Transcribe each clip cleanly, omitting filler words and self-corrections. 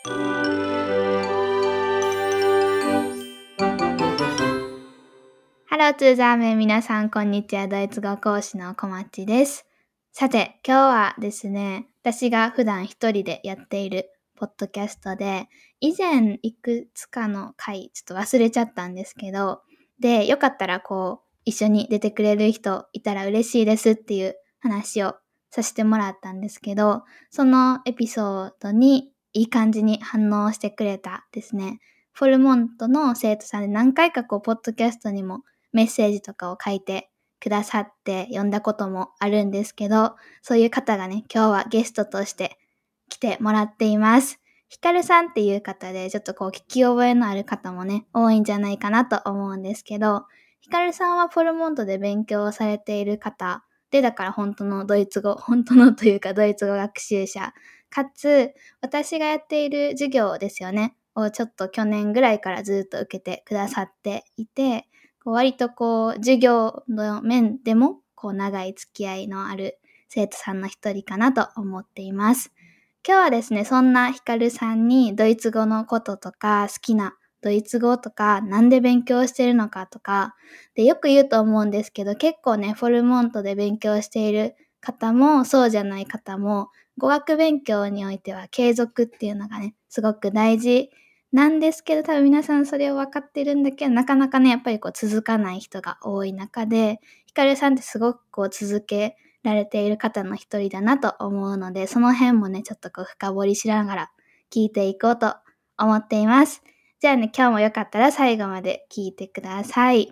ハローツーザーメン、皆さんこんにちは。ドイツ語講師のこまちです。さて、今日はですね、私が普段一人でやっているポッドキャストで、以前いくつかの回ちょっと忘れちゃったんですけど、で、よかったら一緒に出てくれる人いたら嬉しいですっていう話をさせてもらったんですけど、そのエピソードにいい感じに反応してくれたですね、フォルモントの生徒さんで何回かポッドキャストにもメッセージとかを書いてくださって読んだこともあるんですけど、そういう方がね、今日はゲストとして来てもらっています。ヒカルさんっていう方で、ちょっと聞き覚えのある方もね、多いんじゃないかなと思うんですけど、ヒカルさんはフォルモントで勉強されている方で、だから本当のというかドイツ語学習者、かつ、私がやっている授業ですよね、をちょっと去年ぐらいからずっと受けてくださっていて、割と授業の面でも長い付き合いのある生徒さんの一人かなと思っています。今日はですね、そんなヒカルさんにドイツ語のこととか、好きなドイツ語とか、なんで勉強してるのかとか、でよく言うと思うんですけど、結構ね、フォルモントで勉強している方も、そうじゃない方も、語学勉強においては継続っていうのがね、すごく大事なんですけど、多分皆さんそれを分かってるんだけど、なかなかね、やっぱり続かない人が多い中で、ヒカルさんってすごく続けられている方の一人だなと思うので、その辺もね、ちょっと深掘りしながら聞いていこうと思っています。じゃあね、今日もよかったら最後まで聞いてください。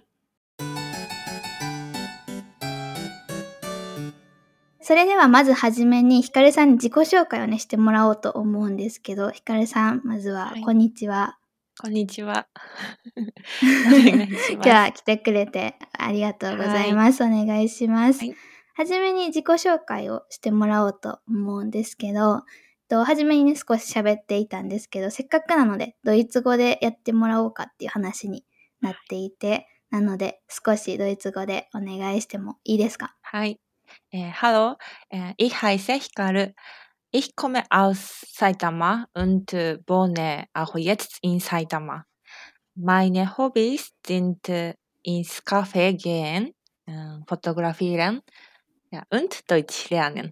それではまずはじめにヒカルさんに自己紹介をね、してもらおうと思うんですけど、ヒカルさん、まずははい、 こんにちは。 こんにちは。お願いし今日ます。 は来てくれてありがとうござはい。 います。お願いします。 はい。 はじめに自己紹介をしてもらおうと思うんですけど、はじめにね、少し喋っていたんですけど、せっかくなので、ドイツ語でやってもらおうかっていう話になっていて、なので、少しドイツ語でお願いしてもいいですか？ はい。Hallo, ich heiße Hikaru. Ich komme aus Saitama und wohne auch jetzt in Saitama. Meine Hobbys sind ins Café gehen, fotografieren, ja, und Deutsch lernen.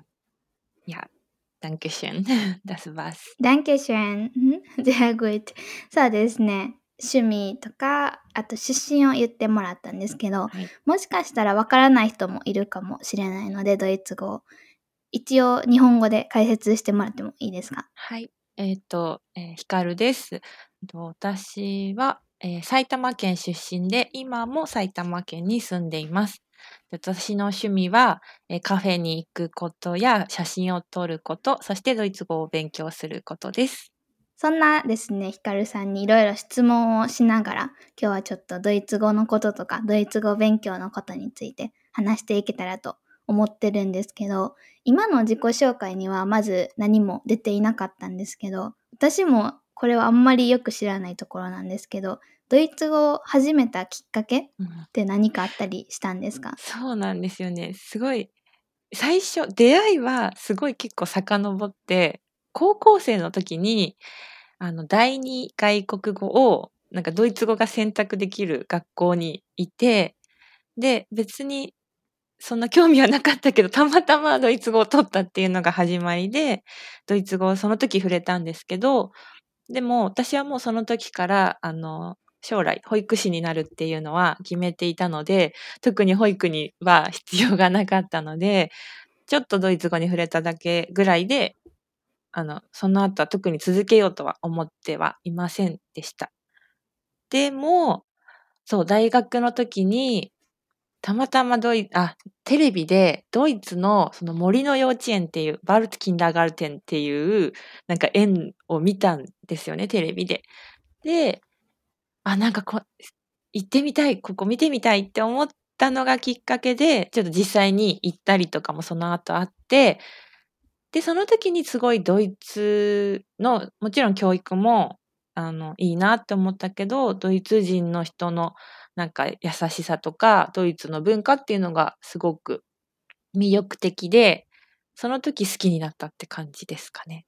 Ja, danke schön. Das war's. Dankeschön. Sehr gut. そうですね。趣味とか、あと出身を言ってもらったんですけど、 はい。 もしかしたらわからない人もいるかもしれないので、ドイツ語を。一応日本語で解説してもらってもいいですか？ はい。ヒカルです。私は、埼玉県出身で、今も埼玉県に住んでいます。私の趣味は、カフェに行くことや写真を撮ること、そしてドイツ語を勉強することです。 そんなですね、ヒカルさんにいろいろ質問をしながら、今日はちょっとドイツ語のこととか、ドイツ語勉強のことについて話していけたらと思ってるんですけど、今の自己紹介にはまず何も出ていなかったんですけど、私もこれはあんまりよく知らないところなんですけど、ドイツ語を始めたきっかけっうん、 て何かあったりしたんですか？ そうなんですよね。すごい、最初、出会いはすごい結構遡って、高校生の時に、第二外国語を、なんかドイツ語が選択できる学校にいて、で、別にそんな興味はなかったけど、たまたまドイツ語を取ったっていうのが始まりで、ドイツ語をその時触れたんですけど、でも私はもうその時から、将来保育士になるっていうのは決めていたので、特に保育には必要がなかったので、ちょっとドイツ語に触れただけぐらいで、その後は特に続けようとは思ってはいませんでした。でも、そう、大学の時にたまたまテレビでドイツのその森の幼稚園っていう、バルトキンダーガルテンっていう、なんか園を見たんですよね、テレビで。で、なんか行ってみたい、ここ見てみたいって思ったのがきっかけで、ちょっと実際に行ったりとかもその後あって、で、その時にすごいドイツの、もちろん教育も、いいなって思ったけど、ドイツ人の人のなんか優しさとか、ドイツの文化っていうのがすごく魅力的で、その時好きになったって感じですかね。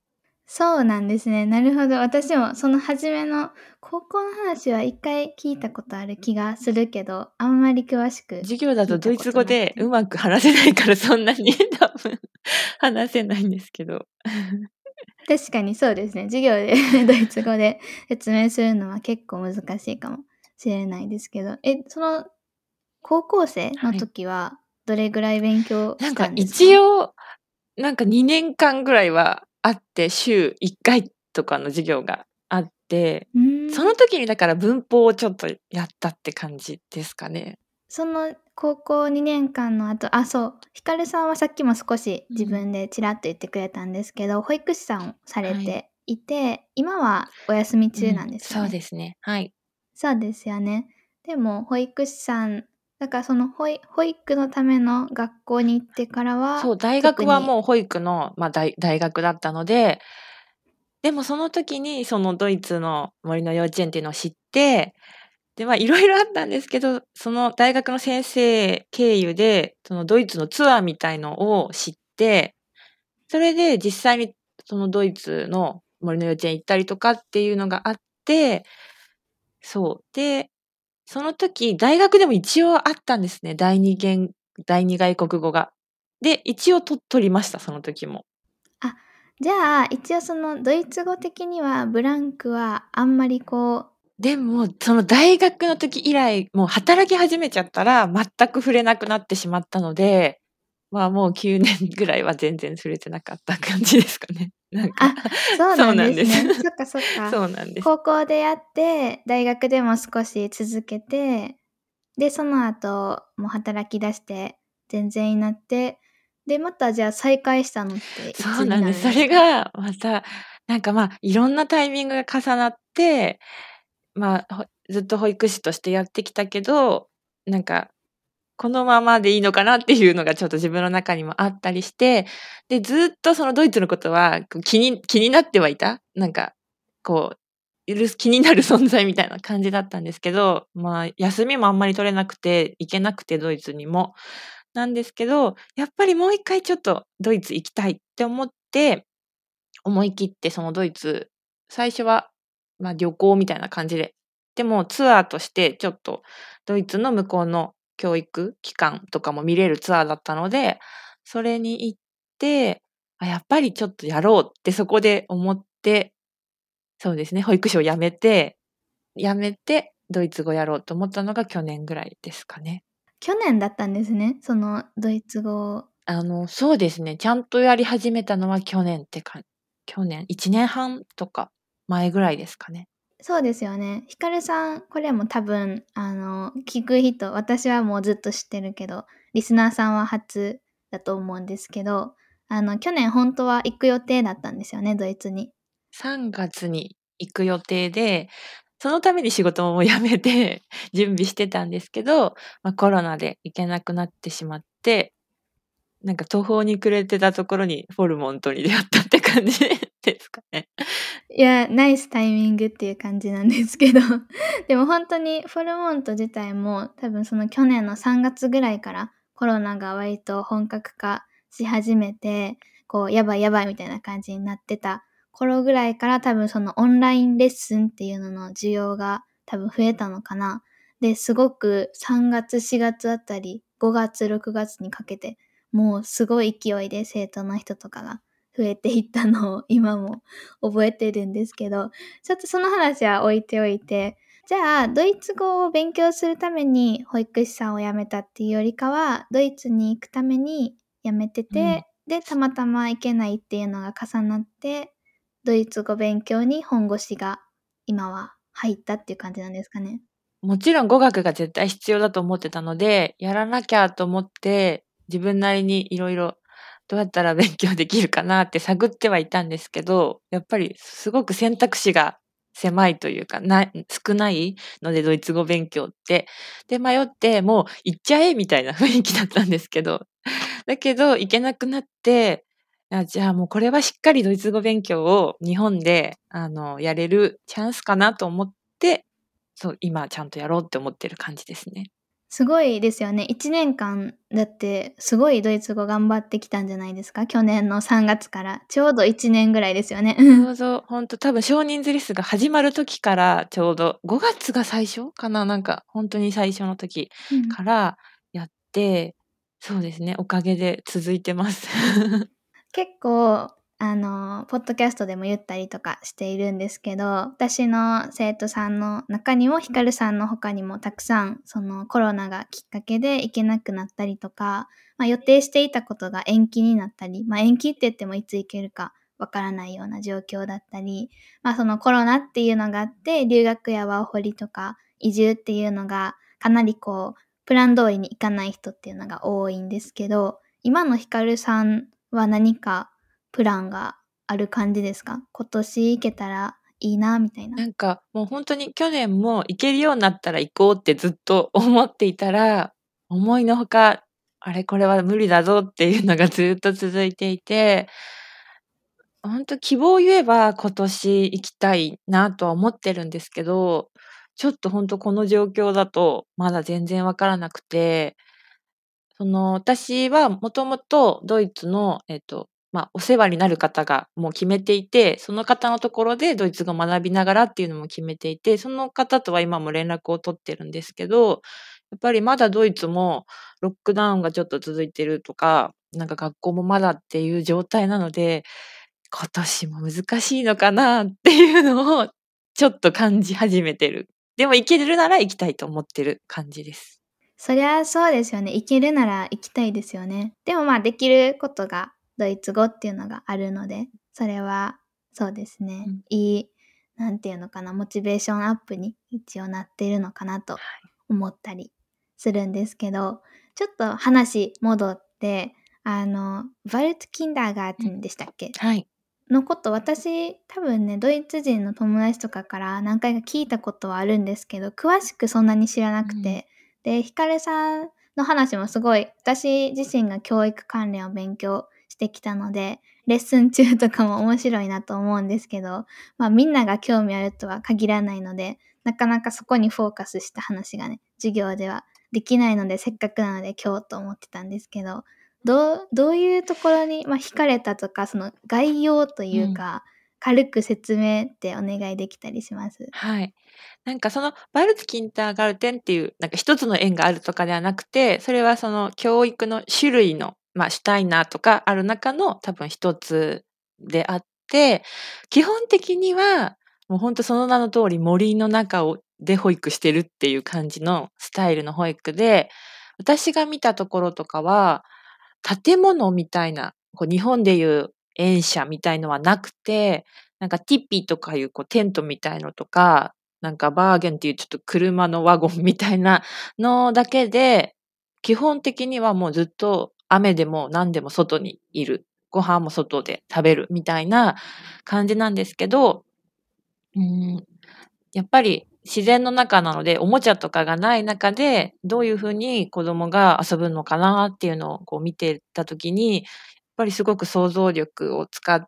そうなんですね。なるほど。私もその初めの高校の話は一回聞いたことある気がするけど、あんまり詳しく授業だ聞いたことドイツ語となくて。 でうまく話せないからそんなに多分話せないんですけど。 確かにそうですね。授業でドイツ語で説明するのは結構難しいかもしれないですけど、その高校生のはい。 時はどれぐらい勉強しなんかたんですか？ 一応、なんか2年間ぐらいはあって、週1回とかの授業があって、 うーん。 その時にだから文法をちょっとやったって感じですかね。 その高校2年間の後、そう、ひかるさんはさっきも少し自うん。 分でちらっと言ってくれたんですけど、保育士さんをされはい。 ていて、今はお休みうん、 中なんですよそうね。 ですね。はい。 そうですよね。でも保育士さんだからその保育のための学校に行ってからは、 そう、大学は特にもう保育の、大学だったので、でもその時にそのドイツの森の幼稚園っていうのを知って、で、いろいろあったんですけど、その大学の先生経由で、そのドイツのツアーみたいのを知って、それで実際にそのドイツの森の幼稚園行ったりとかっていうのがあって、そう。で、その時、大学でも一応あったんですね。第二外国語が。で、一応取りました、その時も。 あ、じゃあ、一応そのドイツ語的にはブランクはあんまりこうでも、その大学の時以来、もう働き始めちゃったら、全く触れなくなってしまったので、もう9年ぐらいは全然触れてなかった感じですかね。なんか、 そうなんそうなんです。 ですね。そっかそっか。 そうなんです。 高校でやって、大学でも少し続けて、で、その後、もう働き出して全然になって、で、またじゃあ再会したのっていつになそうなんです。そるんですか？ れがまた、なんか、いろんなタイミングが重なって、ずっと保育士としてやってきたけど、なんかこのままでいいのかなっていうのがちょっと自分の中にもあったりして、で、ずっとそのドイツのことは、気になってはいた。なんか、こ気になる存在みたいな感じだったんですけど、休みもあんまり取れなくて、行けなくてドイツにも。なんですけど、やっぱりもう一回ちょっとドイツ行きたいって思って、思い切ってそのドイツ、最初は、旅行みたいな感じで、でもツアーとしてちょっとドイツの向こうの教育機関とかも見れるツアーだったので、それに行って、やっぱりちょっとやろうってそこで思って、そうですね、保育士を辞めてドイツ語やろうと思ったのが去年ぐらいですかね。 去年だったんですね、そのドイツ語そうですね、ちゃんとやり始めたのは去年、1年半とか前ぐらいですかね。 そうですよね。ひかるさん、これも多分、聞く人、私はもうずっと知ってるけど、リスナーさんは初だと思うんですけど、去年本当は行く予定だったんですよね、ドイツに。 3月に行く予定で、そのために仕事も辞めて準備してたんですけど、コロナで行けなくなってしまって、なんか途方に暮れてたところにフォルモントに出会ったって感じですかね。 いや、ナイスタイミングっていう感じなんですけど、でも本当にフォルモント自体も、多分その去年の3月ぐらいからコロナが割と本格化し始めて、こうやばいやばいみたいな感じになってた頃ぐらいから、多分そのオンラインレッスンっていうのの需要が多分増えたのかな。で、すごく3月、4月あたり、5月、6月にかけて、もうすごい勢いで生徒の人とかが増えていったのを今も覚えてるんですけど、ちょっとその話は置いておいて、じゃあ、ドイツ語を勉強するために保育士さんを辞めたっていうよりかは、ドイツに行くために辞めてうん。 て、で、たまたま行けないっていうのが重なって、ドイツ語勉強に本腰が今は入ったっていう感じなんですかね。 もちろん語学が絶対必要だと思ってたので、やらなきゃと思って、自分なりにいろいろどうやったら勉強できるかなって探ってはいたんですけど、やっぱりすごく選択肢が狭いというか、少ないので、ドイツ語勉強って。で、迷って、もう行っちゃえみたいな雰囲気だったんですけど、だけど行けなくなって、じゃあもうこれはしっかりドイツ語勉強を日本で、やれるチャンスかなと思って、そう、今ちゃんとやろうって思ってる感じですね。 すごいですよね。1年間だってすごいドイツ語頑張ってきたんじゃないですか？去年の3月からちょうど1年ぐらいですよね。 ちょうどほんと多分少人数リストが始まる時からちょうど5月が最初かな、なんかほんとに最初の時うん。 からやって、そうですね、おかげで続いてます。 結構、ポッドキャストでも言ったりとかしているんですけど、私の生徒さんの中にも、ヒカルさんの他にもたくさん、そのコロナがきっかけで行けなくなったりとか、予定していたことが延期になったり、延期って言ってもいつ行けるかわからないような状況だったり、そのコロナっていうのがあって、留学やワーホリとか移住っていうのがかなりプラン通りにいかない人っていうのが多いんですけど、今のヒカルさんは何かプランがある感じですか？今年行けたらいいなみたいな。 なんかもうほんとに去年も行けるようになったら行こうってずっと思っていたら、思いのほか、あれこれは無理だぞっていうのがずっと続いていて、ほんと希望を言えば今年行きたいなとは思ってるんですけど、ちょっとほんとこの状況だとまだ全然わからなくて、私はもともとドイツの、お世話になる方がもう決めていて、その方のところでドイツ語を学びながらっていうのも決めていて、その方とは今も連絡を取ってるんですけど、やっぱりまだドイツもロックダウンがちょっと続いてるとか、なんか学校もまだっていう状態なので、今年も難しいのかなっていうのをちょっと感じ始めてる。でも行けるなら行きたいと思ってる感じです。 そりゃそうですよね。行けるなら行きたいですよね。でもできることがドイツ語っていうのがあるので、それはそうですね。 うん。 いい、なんていうのかな、モチベーションアップに一応なってるのかなと思ったりするんですけど、ちょっと話戻って、バルトキンダーガーうん。 テンでしたっけ？ はい。 のこと、私、多分ね、ドイツ人の友達とかから何回か聞いたことはあるんですけど、詳しくそんなに知らなうん。 くて。で、ヒカルさんの話もすごい、私自身が教育関連を勉強してきたので、レッスン中とかも面白いなと思うんですけど、みんなが興味あるとは限らないので、なかなかそこにフォーカスした話がね、授業ではできないので、せっかくなので今日と思ってたんですけど、どういうところに、惹かれたとか、その概要とうん。 いうか、軽く説明ってお願いできたりします？ はい。なんかそのバルツキンターガルテンっていう、なんか一つの園があるとかではなくて、それはその教育の種類の、シュタイナーとかある中の多分一つであって、基本的には、もうほんとその名の通り森の中で保育してるっていう感じのスタイルの保育で、私が見たところとかは、建物みたいな、日本でいう園舎みたいのはなくて、なんかティッピーとかいうテントみたいのとか、なんかバーゲンっていうちょっと車のワゴンみたいなのだけで、基本的にはもうずっと雨でも何でも外にいる。ご飯も外で食べるみたいな感じなんですけど、うーん、やっぱり自然の中なので、おもちゃとかがない中で、どういう風に子供が遊ぶのかなっていうのを見てた時に、やっぱりすごく想像力を使って、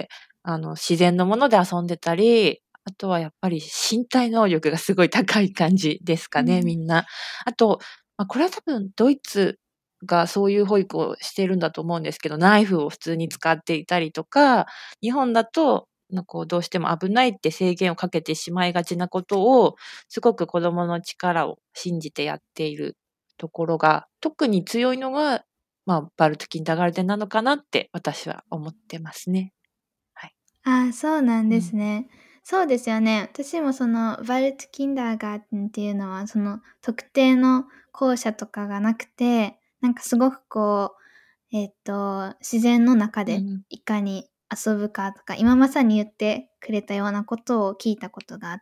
自然のもので遊んでたり、あとはやっぱり身体能力がすごい高い感じですかね、 うん。 みんな。あと、これは多分ドイツがそういう保育をしてるんだと思うんですけど、ナイフを普通に使っていたりとか、日本だとどうしても危ないって制限をかけてしまいがちなことを、すごく子供の力を信じてやっているところが、特に強いのが、バルトキンダーガルテンなのかなって私は思ってますね。はい。 ああ、そうなんうん。 ですね。そうですよね。私もそのバルトキンダーガーテンっていうのは、その特定の校舎とかがなくて、なんかすごく自然の中でうん。 いかに遊ぶかとか、今まさに言ってくれたようなことを聞いたことがあって、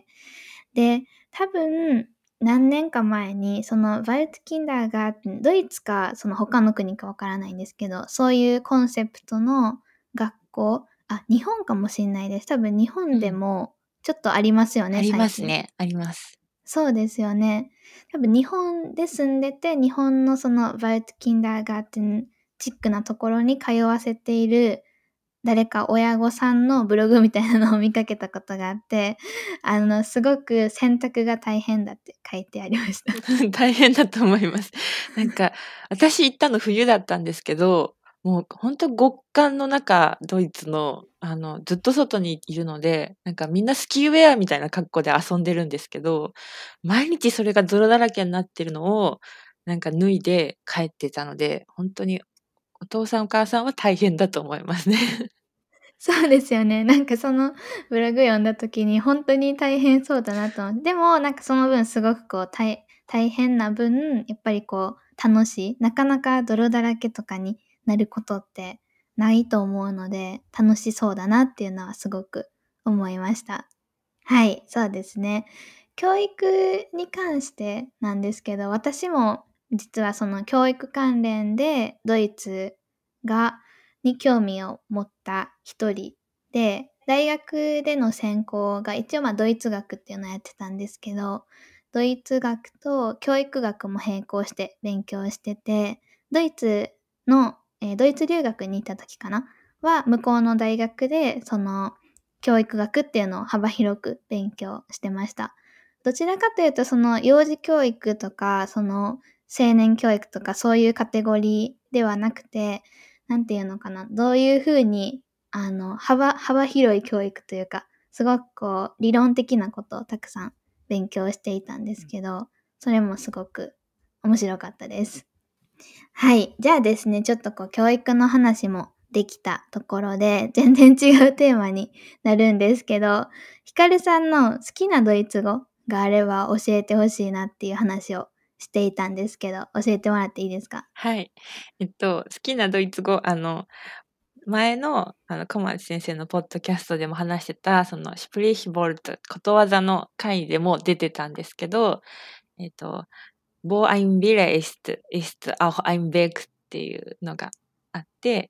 で、多分何年か前にそのバルトキンダーガーテン、ドイツかその他の国かわからないんですけど、そういうコンセプトの学校、日本かもしんないです。多分日本でうん。 もちょっとありますよね、 あり最近。 ますね、あります。 そうですよね。多分日本で住んでて、日本のそのバルトキンダーガーテンチックなところに通わせている誰か親御さんのブログみたいなのを見かけたことがあって、すごく洗濯が大変だって書いてありました。 大変だと思います。なんか、私行ったの冬だったんですけど、もうほんと極寒の中、ドイツの、ずっと外にいるので、なんかみんなスキーウェアみたいな格好で遊んでるんですけど、毎日それが泥だらけになってるのを、なんか脱いで帰ってたので、ほんとにお父さんお母さんは大変だと思いますね。 そうですよね。なんかそのブログ読んだ時にほんとに大変そうだなと思って、でもなんかその分すごくこう大変な分、やっぱりこう楽しい、なかなか泥だらけとかになることってないと思うので、楽しそうだなっていうのはすごく思いました。はい、そうですね。教育に関してなんですけど、私も実はその教育関連でドイツがに興味を持った一人で、大学での専攻が一応ドイツ学っていうのをやってたんですけど、ドイツ学と教育学も並行して勉強してて、ドイツの、ドイツ留学に行った時かなは、向こうの大学でその教育学っていうのを幅広く勉強してました。どちらかというとその幼児教育とか、その青年教育とかそういうカテゴリーではなくて、なんていうのかな、どういう風に幅広い教育というか、すごくこう理論的なことをたくさん勉強していたんですけど、それもすごく面白かったです。はい。じゃあですね、ちょっとこう教育の話もできたところで、全然違うテーマになるんですけど、ヒカルさんの好きなドイツ語があれば教えてほしいなっていう話をしていたんですけど、教えてもらっていいですか？ はい。好きなドイツ語、前の、小町先生のポッドキャストでも話してた、その、シュプリーヒボルト、ことわざの回でも出てたんですけど、えっと、Wo ein Wille ist, ist auch ein Weg っていうのがあって、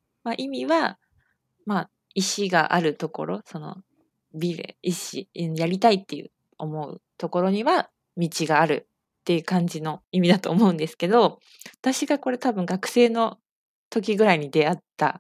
まあ、意味は、まあ、意志があるところ、その、ビレ、意志、やりたいっていう思うところには道があるっていう感じの意味だと思うんですけど、私がこれ多分学生の時ぐらいに出会った、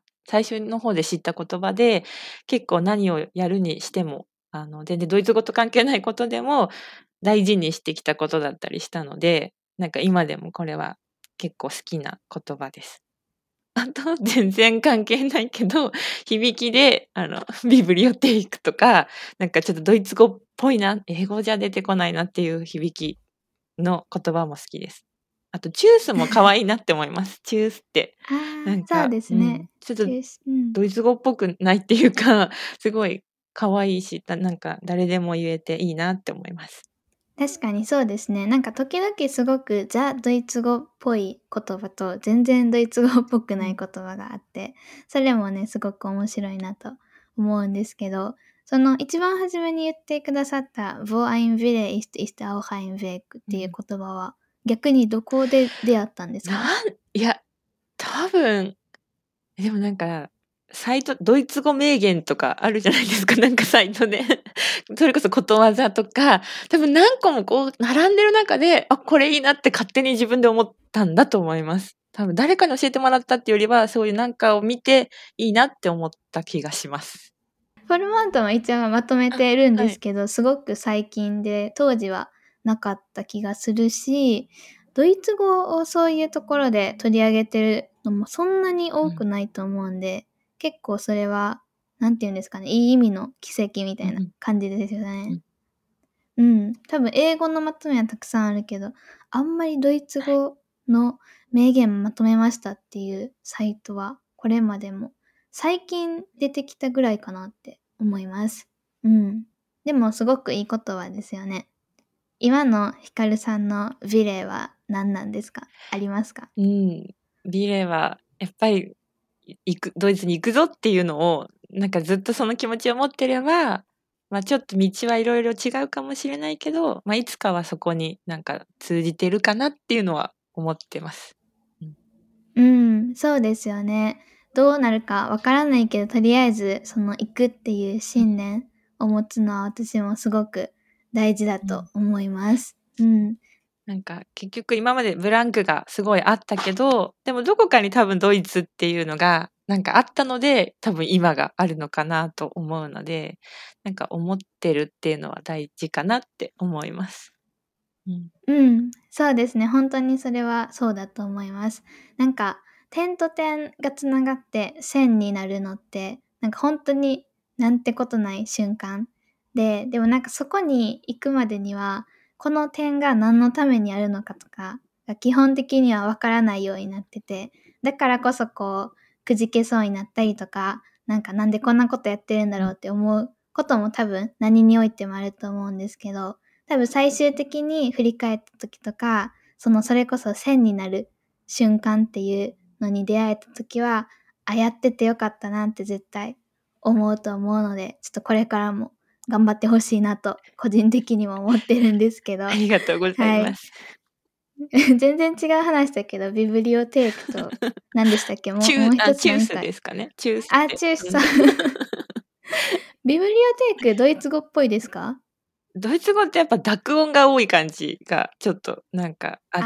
最初の方で知った言葉で、結構何をやるにしても、全然ドイツ語と関係ないことでも大事にしてきたことだったりしたので、なんか今でもこれは結構好きな言葉です。あと、全然関係ないけど、響きで、ビブリオテイクとか、なんかちょっとドイツ語っぽいな、英語じゃ出てこないなっていう響きの言葉も好きです。あと、チュースも可愛いなって思います。チュースって。 ああ、そうなんか、 ですね。 ちょっとうん。 ドイツ語っぽくないっていうか、すごい可愛いし、なんか誰でも言えていいなって思います。 確かにそうですね。なんか時々すごくザ・ドイツ語っぽい言葉と全然ドイツ語っぽくうん。 ない言葉があって、それもね、すごく面白いなと思うんですけど、その一番初めに言ってくださった Wo ein Wille ist, ist auch ein Weg っていううん。 言葉は逆にどこで出会ったんですか？ いや、多分でもなんか、ドイツ語名言とかあるじゃないですか、なんかサイトで。それこそことわざとか、多分何個もこう並んでる中で、あ、これいいなって勝手に自分で思ったんだと思います。多分誰かに教えてもらったっていうよりは、そういうなんかを見ていいなって思った気がします。 フォルマントも一応まとめてるんではい。 すけど、すごく最近で、当時はなかった気がするし、ドイツ語をそういうところで取り上げてるのもそんなに多くうん。 ないと思うんで、結構それは、なんて言うんですかね、いい意味の奇跡みたいなうんうん。 感じですよね。 うん。 うん、多分英語のまとめはたくさんあるけど、あんまりドイツはい。 語の名言まとめましたっていうサイトは、これまでも最近出てきたぐらいかなって思います。うん。でもすごくいい言葉ですよね。今のヒカルさんのビレは何なんですか？ありますか？ うん。ビレはやっぱり、ドイツに行くぞっていうのを、なんかずっとその気持ちを持ってれば、ま、ちょっと道はいろいろ違うかもしれないけど、ま、いつかはそこになんか通じてるかなっていうのは思ってます。うん。 うん、そうですよね。どうなるかわからないけど、とりあえずその行くっていううん。 信念を持つのは私もすごく大事だうん。 と思います。うん。 なんか結局今までブランクがすごいあったけど、でもどこかに多分ドイツっていうのがなんかあったので、多分今があるのかなと思うので、なんか思ってるっていうのは大事かなって思います。うん。 うん、そうですね。本当にそれはそうだと思います。なんか、点と点がつながって線になるのって、なんか本当になんてことない瞬間で、でもなんかそこに行くまでには、この点が何のためにあるのかとかが基本的にはわからないようになってて、だからこそこう、くじけそうになったりとか、なんかなんでこんなことやってるんだうん。 ろうって思うことも多分何においてもあると思うんですけど、多分最終的に振り返った時とか、それこそ線になる瞬間っていうのに出会えた時は、あ、やっててよかったなって絶対思うと思うので、ちょっとこれからも頑張ってほしいなと個人的にも思ってるんですけあど、 りがとうございはい。 ます。 全然違う話だけど、ビブリオテークと何でしたっけ？もう一つチュース何かですかね。チュースっあ、 て。 チュースうん。 さん。ビブリオテーク、ドイツ語っぽいですか？ ドイツ語ってやっぱ濁音が多い感じがちょっとなんかあって、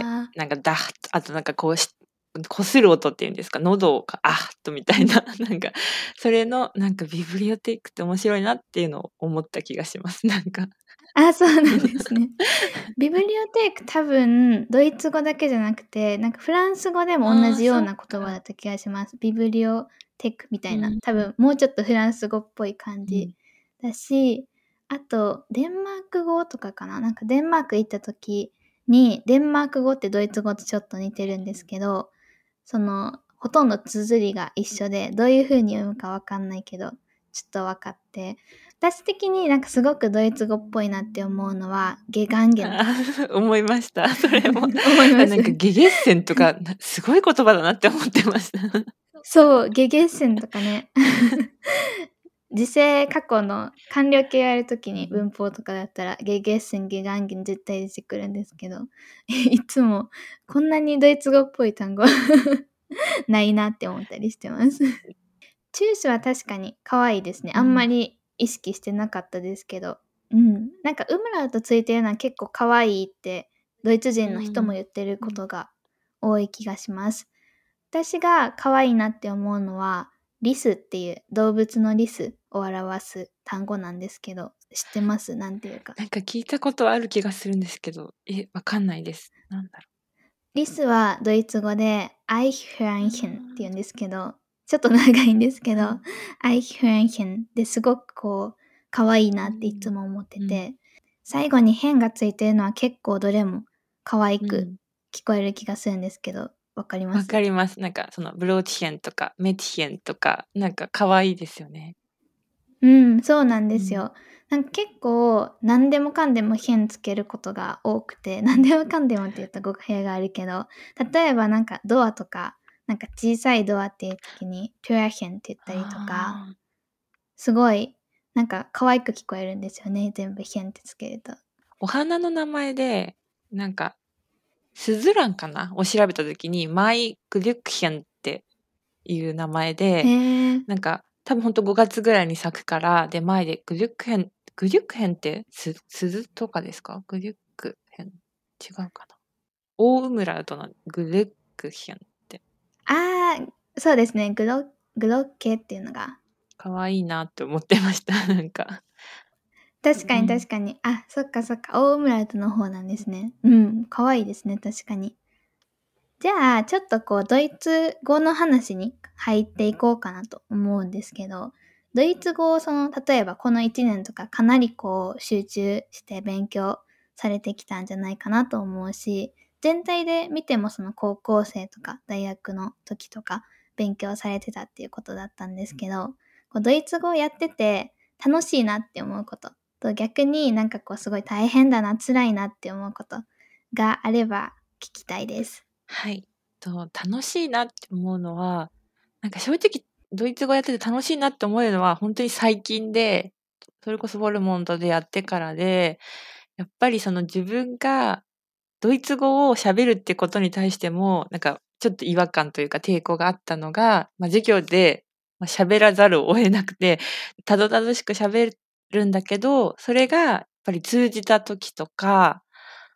ああ。 なんかダッあとなんかこう擦る音っていうんですか、喉をあっとみたいな、なんか、それのなんかビブリオテークって面白いなっていうのを思った気がします。なんか。 あ、そうなんですね。ビブリオテーク多分、ドイツ語だけじゃなくて、なんかフランス語でも同ああ、 じようそっな言葉だか。 った気がします。ビブリオテックみたいな、 うん、 多分もうちょっとフランス語っぽい感じうん。 だし、あとデンマーク語とかかな、なんかデンマーク行った時に、デンマーク語ってドイツ語とちょっと似てるんですけど、ほとんど綴りが一緒で、どういう風に読むかわかんないけど、ちょっと分かって、私的になんかすごくドイツ語っぽいなって思うのは、ゲガンゲンとか。 思いました。それも。 思います。 なんかゲゲッセンとか、すごい言葉だなって思ってました。 そう、ゲゲッセンとかね。時制過去の完了形やるときにうん。 文法とかだったら、ゲゲッセン、ゲガンゲン絶対出てくるんですけど、いつもこんなにドイツ語っぽい単語ないなって思ったりしてます。チュースは確かに可愛いですね。あんまうん。 り意識してなかったですけど。うん。なんかウムラウトついてるのは結構可愛いって、ドイツう人の人もん。 言ってるうん。 ことが多い気がします。私が可愛いなって思うのは、リスっていう動物のリスを表す単語なんですけど、知ってます？なんていうか。 なんか聞いたことある気がするんですけど、わかんないです。なんだろリスはドイツ語でアイヒュアう。 ンヒェンって言うんですけど、ちょっと長いんですけど、 うん。 アイヒュアンヒェンですごくこう、可愛いなっていつうん。 も思ってうん。 て、最後に変がついてるのは結構どれも可愛くうん。 聞こえる気がするんですけど、わかりまわす？ かります。なんかそのブローチヘンとかメティヘンとか、なんか可愛いですよね。 うん、そうなんうん。 ですよ。なんか結構何でもかんでも変つけることが多くて、何でもかんでもって言ったら語弊があるけど、例えばなんかドアとか、なんか小さいドアっていう時に、トゥアヘンって言ったりとか、 ああ。 すごいなんか可愛く聞こえるんですよね、全部ヘンってつけると。 お花の名前で、なんか、スズランかなを調べた時に、マイグリュックヘンっていう名前へで、 え。 なんか、多分ほんと5月ぐらいに咲くから、で、前でグリュックヘンって鈴とかですか？グリュックヘン、違うかな？オウムラウトのグリュックヘンって、 ああ、そうですね、グロッケっていうのが。 可愛いなって思ってました、なんか。 確かにうん。 確かに。あ、そっかそっか、オウムライトの方なんですね。うん、可愛いですね、確かに。じゃあ、ちょっとこう、ドイツ語の話に入っていこうかなと思うんですけど、ドイツ語を例えばこの1年とかかなりこう、集中して勉強されてきたんじゃないかなと思うし、全体で見ても高校生とか大学の時とか勉強されてたっていうことだったんですけど、こうドイツ語をやってて楽しいなって思うことと逆になんかこうすごい大変だな、辛いなって思うことがあれば聞きたいです。 はい。楽しいなって思うのは、なんか正直ドイツ語やってて楽しいなって思えるのはほんとに最近で、それこそボルモントでやってからで、やっぱりその自分がドイツ語を喋るってことに対しても、なんかちょっと違和感というか抵抗があったのが、授業で、喋らざるを得なくて、たどたどしく喋るんだけど、それがやっぱり通じた時とか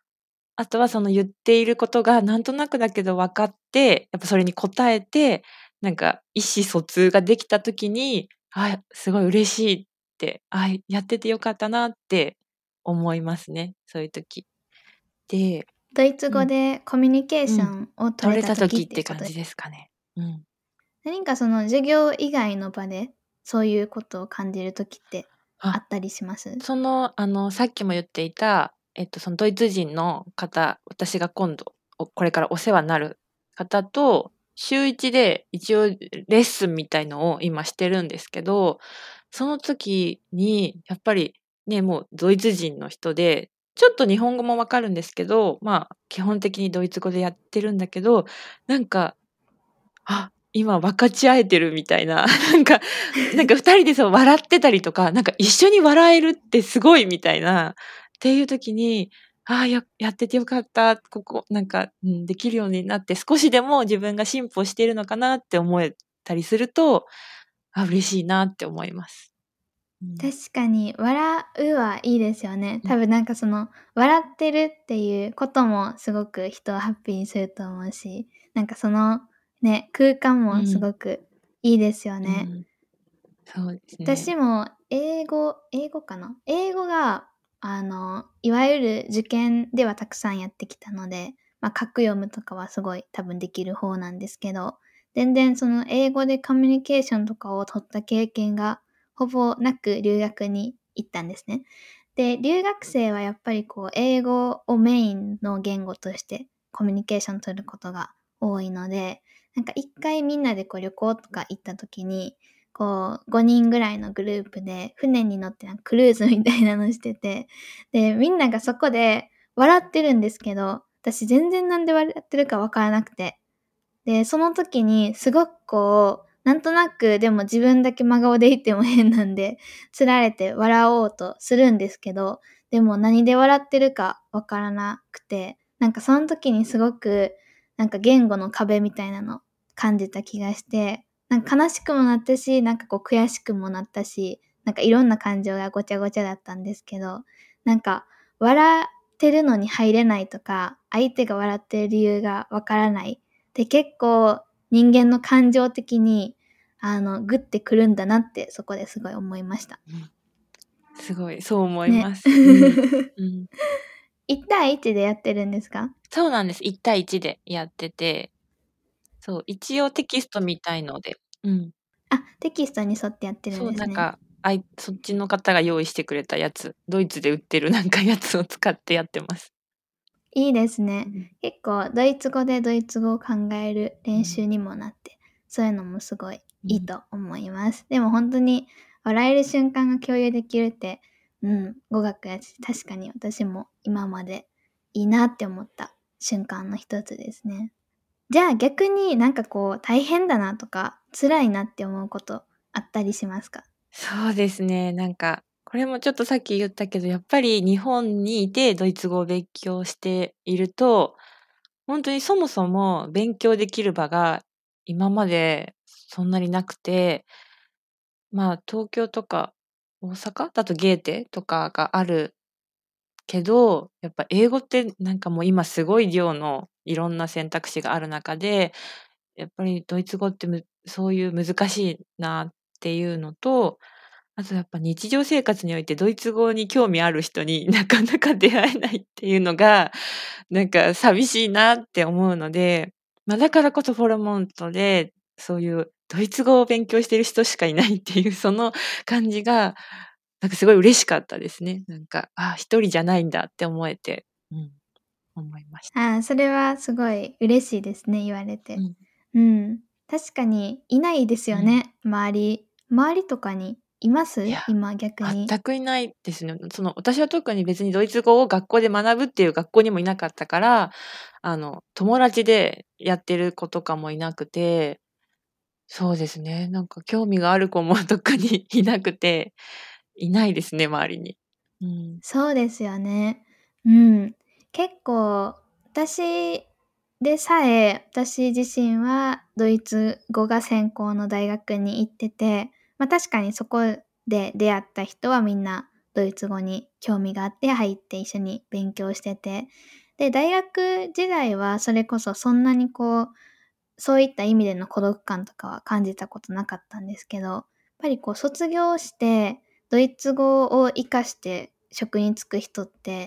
あとはその言っていることがなんとなくだけど分かって、やっぱそれに応えて、なんか意思疎通ができた時に、すごい嬉しいって、やっててよかったなって思いますね、そういう時。でドイツうん、 語でコミュニケーうん。 ションを取取れれたた時っ時っていうこと。 て感じですかね。うん。 何かその授業以外の場で、そういうことを感じる時ってああ、 ったりします？ さっきも言っていた、そのドイツ人の方、私が今度、これからお世話になる方と、週1で一応レッスンみたいのを今してるんですけど、その時にやっぱりね、もうドイツ人の人で、ちょっと日本語もわかるんですけど、基本的にドイツ語でやってるんだけど、なんか今分かち合えてるみたいな、なんか2人でそう笑ってたりとか、なんか一緒に笑えるってすごいみたいなっていう時に、やっててよかった、ここなんか、できるようになって、少しでも自分が進歩しているのかなって思えたりすると、嬉しいなって思います。うん。 確かに笑うはいいですよね。 うん。 多分なんかその、笑ってるっていうこともすごく人をハッピーにすると思うし、なんかそのね、空間もすうん。 ごくいいですよね。 うん。そうですね。 私も英語かな？英語がいわゆる受験ではたくさんやってきたので、書く読むとかはすごい多分できる方なんですけど、全然その英語でコミュニケーションとかを取った経験がほぼなく留学に行ったんですね。で、留学生はやっぱりこう英語をメインの言語としてコミュニケーション取ることが多いので、なんか一回みんなでこう旅行とか行った時に、こう5人ぐらいのグループで船に乗ってなんかクルーズみたいなのしてて、で、みんながそこで笑ってるんですけど、私全然なんで笑ってるかわからなくて。で、その時にすごくこう、なんとなくでも自分だけ真顔でいても変なんで、釣られて笑おうとするんですけど、でも何で笑ってるかわからなくて、なんかその時にすごく、なんか言語の壁みたいなの感じた気がして、なんか悲しくもなったし、なんかこう悔しくもなったし、なんかいろんな感情がごちゃごちゃだったんですけど、なんか笑ってるのに入れないとか、相手が笑ってる理由がわからないで、結構人間の感情的に、グッてくるんだなってそこですごい思いました。 うん。すごい、そう思いね。 ます。うん。うん。 1対1でやってるんですか？ そうなんです。1対1でやってて、そう、一応テキストみたいのでうん。 あ、テキストに沿ってやってるんそう、 ですね。 そっちの方が用意してくれたやつ、ドイツで売ってるなんかやつを使ってやってます。 いいですね。 うん。 結構ドイツ語でドイツ語を考えるうん。 練習にもなって、そういうのもすごいうん。 いいと思います。でもほんとに笑える瞬間が共有できるって、語学やし、確かに私も今までいいなって思った瞬間の一つですね。じゃあ逆になんかこう大変だなとか、辛いなって思うことあったりしますか？ そうですね、なんか、これもちょっとさっき言ったけど、やっぱり日本にいてドイツ語を勉強していると、ほんとにそもそも勉強できる場が今までそんなになくて、東京とか大阪だとゲーテとかがあるけど、やっぱ英語ってなんかもう今すごい量のいろんな選択肢がある中で、やっぱりドイツ語ってそういう難しいなっていうのと、あとやっぱ日常生活においてドイツ語に興味ある人になかなか出会えないっていうのが、なんか寂しいなって思うので、だからこそフォルモントで、そういうドイツ語を勉強してる人しかいないっていうその感じが、なんかすごい嬉しかったですね。なんか、一人じゃないんだって思えて、思いました。 ああ、それはすごい嬉しいですね、言われて。 うん。 うん。確かにいないですうん。 よね、周り。周りとかにいまいや、 す？今逆に。 全くいないですね。私は特に別にドイツ語を学校で学ぶっていう学校にもいなかったから、友達でやってる子とかもいなくて、そうですね、なんか興味がある子も特にいなくて、いないですね、周りに。うん。 そうですよね。うん。結構、私でさえ、私自身はドイツ語が専攻の大学に行ってて、確かにそこで出会った人はみんなドイツ語に興味があって入って一緒に勉強してて、 で、大学時代はそれこそそんなにそういった意味での孤独感とかは感じたことなかったんですけど、やっぱり卒業してドイツ語を活かして職に就く人って、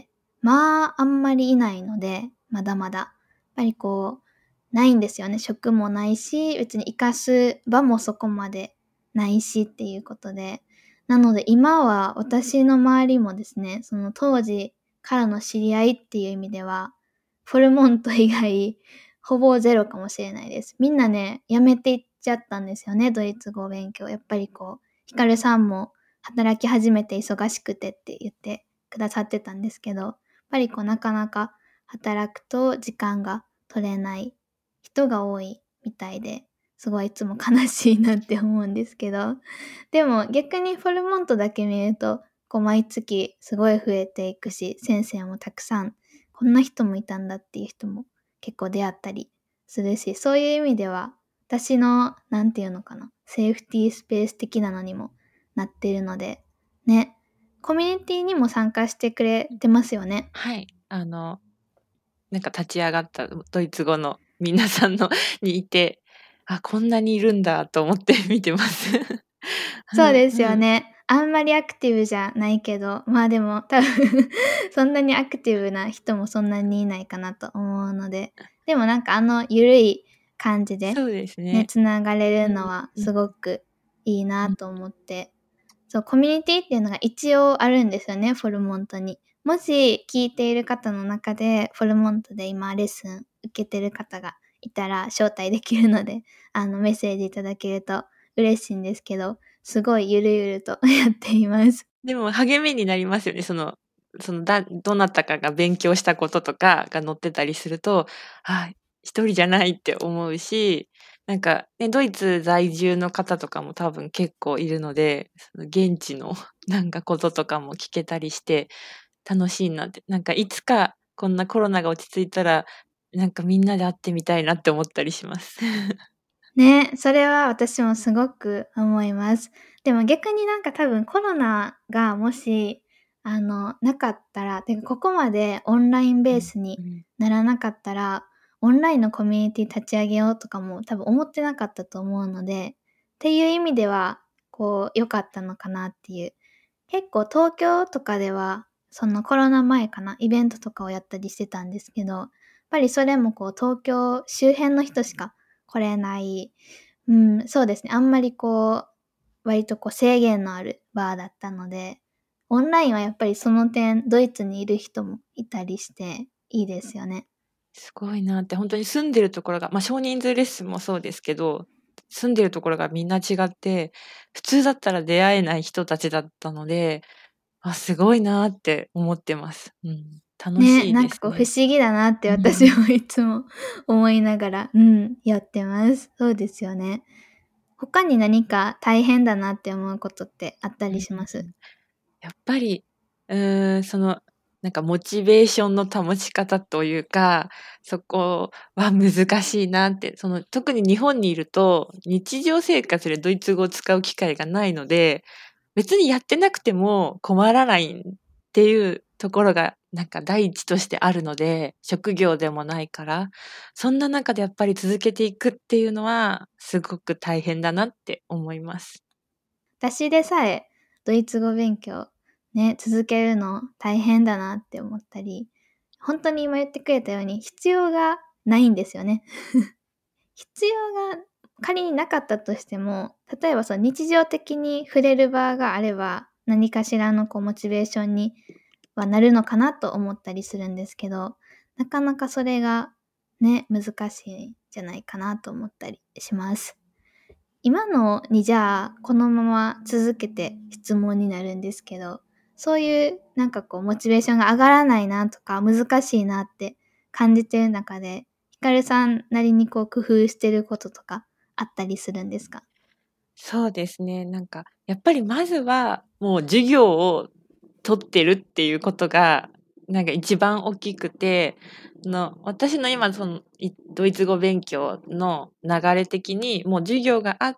まあ、あんまりいないので、まだまだ。やっぱりないんですよね。職もないし、別に活かす場もそこまでないしっていうことで。なので今は私の周りもですね、その当時からの知り合いっていう意味では、フォルモント以外、ほぼゼロかもしれないです。みんなね、辞めていっちゃったんですよね、ドイツ語勉強。やっぱりヒカルさんも働き始めて忙しくてって言ってくださってたんですけど、やっぱりなかなか働くと時間が取れない人が多いみたいで、すごいいつも悲しいなって思うんですけど、でも逆にフォルモントだけ見ると、毎月すごい増えていくし、先生もたくさん、こんな人もいたんだっていう人も結構出会ったりするし、そういう意味では、私の、なんていうのかな、セーフティースペース的なのにもなってるので、ね、コミュニティにも参加してくれてますよね。 はい。なんか立ち上がったドイツ語の皆さんのにいて、あ、こんなにいるんだと思って見てます。 そうですうんうん。 よね。あんまりアクティブじゃないけど、まあでも多分そんなにアクティブな人もそんなにいないかなと思うので、でもなんかゆるい感じで、 そうですね、 ね。 繋がれるのうんはすうんごくいいなうん。 と思って。そう、コミュニティっていうのが一応あるんですよね、フォルモントに。もし聞いている方の中で、フォルモントで今レッスン受けてる方がいたら招待できるので、メッセージいただけると嬉しいんですけど、すごいゆるゆるとやっています。 でも励みになりますよね。どなたかが勉強したこととかが載ってたりすると、あ、一人じゃないって思うし、なんかね、ドイツ在住の方とかも多分結構いるので、その現地のなんかこととかも聞けたりして楽しいなって。なんかいつかこんなコロナが落ち着いたら、なんかみんなで会ってみたいなって思ったりします。 ね、それは私もすごく思います。でも逆になんか多分コロナがもし、なかったら、てかここまでオンラインベースにうん。 ならなかったら、オンラインのコミュニティ立ち上げようとかも多分思ってなかったと思うので、っていう意味では、良かったのかなっていう。結構東京とかでは、そのコロナ前かな、イベントとかをやったりしてたんですけど、やっぱりそれも東京周辺の人しか来れない、うん、そうですね、あんまり割と制限のあるバーだったので、オンラインはやっぱりその点、ドイツにいる人もいたりして、いいですよね。 すごいなって、本当に住んでるところが、少人数レッスンもそうですけど、住んでるところがみんな違って、普通だったら出会えない人たちだったので、あ、すごいなって思ってます。うん、楽ね、 しいなんか不ですね。 思議だなってう私ん。 もいつも思いながら、うん、やってます。そうですよね。他に何か大変だなって思うことってあったうんりします？ うんうん。やっぱり、なんかモチベーションの保ち方というか、そこは難しいなって、特に日本にいると、日常生活でドイツ語を使う機会がないので、別にやってなくても困らないっていうところが、なんか第一としてあるので、職業でもないから、そんな中でやっぱり続けていくっていうのは、すごく大変だなって思います。 私でさえドイツ語勉強ね、続けるの大変だなって思ったり、本当に今言ってくれたように必要がないんですよね。必要が仮になかったとしても、例えば日常的に触れる場があれば、何かしらのモチベーションにはなるのかなと思ったりするんですけど、なかなかそれがね、難しいんじゃないかなと思ったりします。今のにじゃあ、このまま続けて質問になるんですけど、そういうなんかモチベーションが上がらないなとか、難しいなって感じてる中で、ヒカルさんなりに工夫してることとかあったりするんですか？ そうですね。なんか、やっぱりまずは、もう授業を取ってるっていうことが、なんか一番大きくて、私の今ドイツ語勉強の流れ的に、もう授業があって、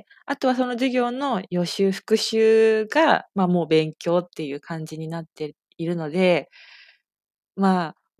あとはその授業の予習復習が、もう勉強っていう感じになっているので、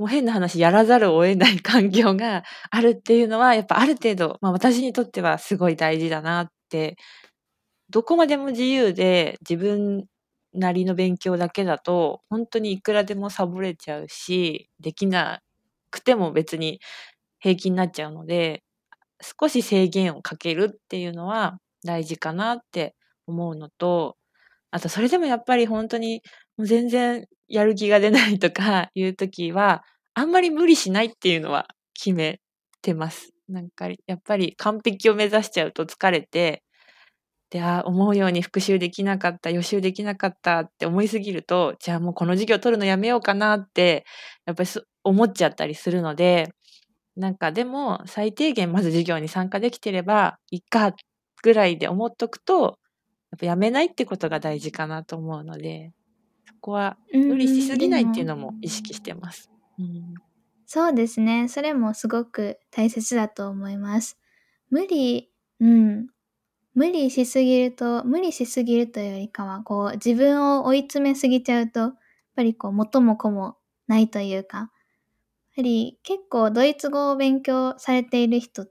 もう変な話、やらざるを得ない環境があるっていうのは、やっぱある程度、私にとってはすごい大事だなって、どこまでも自由で自分なりの勉強だけだと、本当にいくらでもサボれちゃうし、できなくても別に平気になっちゃうので、少し制限をかけるっていうのは大事かなって思うのと、あとそれでもやっぱり本当にもう全然やる気が出ないとかいう時は、あんまり無理しないっていうのは決めてます。なんかやっぱり完璧を目指しちゃうと疲れて、で、思うように復習できなかった、予習できなかったって思いすぎると、じゃあもうこの授業取るのやめようかなって、やっぱり思っちゃったりするので、なんかでも最低限まず授業に参加できてればいっかぐらいで思っとくと、やっぱやめないってことが大事かなと思うので、そこは無理しすぎないっていうのも意識してます。 そうですね。それもすごく大切だと思います。無理しすぎるというよりかは、自分を追い詰めすぎちゃうと、やっぱり元も子もないというか、やはり結構ドイツ語を勉強されている人って、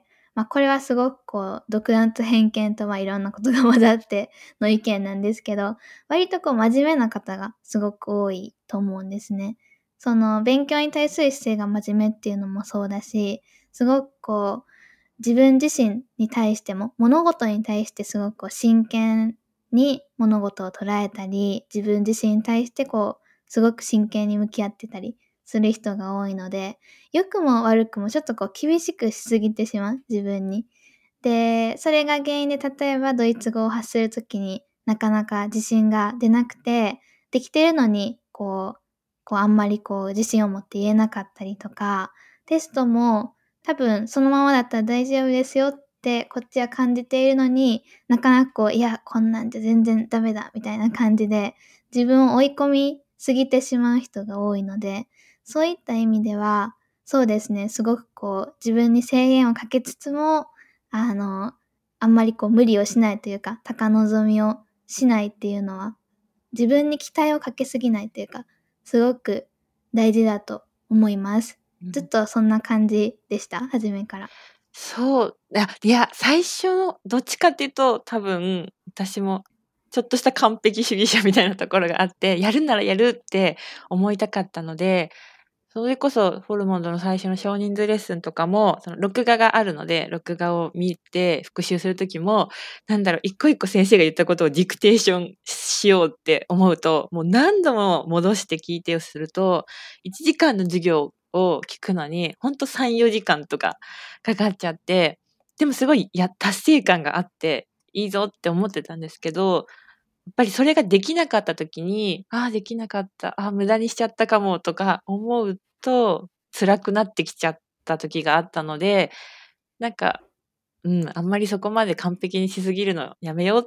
これはすごく独断と偏見といろんなことが混ざっての意見なんですけど、割と真面目な方がすごく多いと思うんですね。その勉強に対する姿勢が真面目っていうのもそうだし、すごく自分自身に対しても、物事に対してすごく真剣に物事を捉えたり、自分自身に対してすごく真剣に向き合ってたりする人が多いので、良くも悪くもちょっと厳しくしすぎてしまう、自分に。で、それが原因で例えばドイツ語を発するときになかなか自信が出なくて、できてるのに、あんまり自信を持って言えなかったりとか、テストも多分そのままだったら大丈夫ですよってこっちは感じているのに、なかなかいや、こんなんじゃ全然ダメだみたいな感じで、自分を追い込みすぎてしまう人が多いので、そういった意味では、そうですね、すごく自分に制限をかけつつも、あんまり無理をしないというか、高望みをしないっていうのは、自分に期待をかけすぎないというか、すごく大事だと思います。ずっとそんな感じでした？初めから。 そう、いや、最初のどっちかっていうと、多分私もちょっとした完璧主義者みたいなところがあって、やるならやるって思いたかったので、それこそホルモンドの最初の少人数レッスンとかも、その録画があるので、録画を見て復習する時も、一個一個先生が言ったことをディクテーションしようって思うと、もう何度も戻して聞いてをすると、1時間の授業を聞くのに、ほんと3、4時間とかかかっちゃって、でもすごい、達成感があって、いいぞって思ってたんですけど、やっぱりそれができなかった時に、できなかった、無駄にしちゃったかもとか思うと、辛くなってきちゃった時があったので、なんか、あんまりそこまで完璧にしすぎるのやめようって、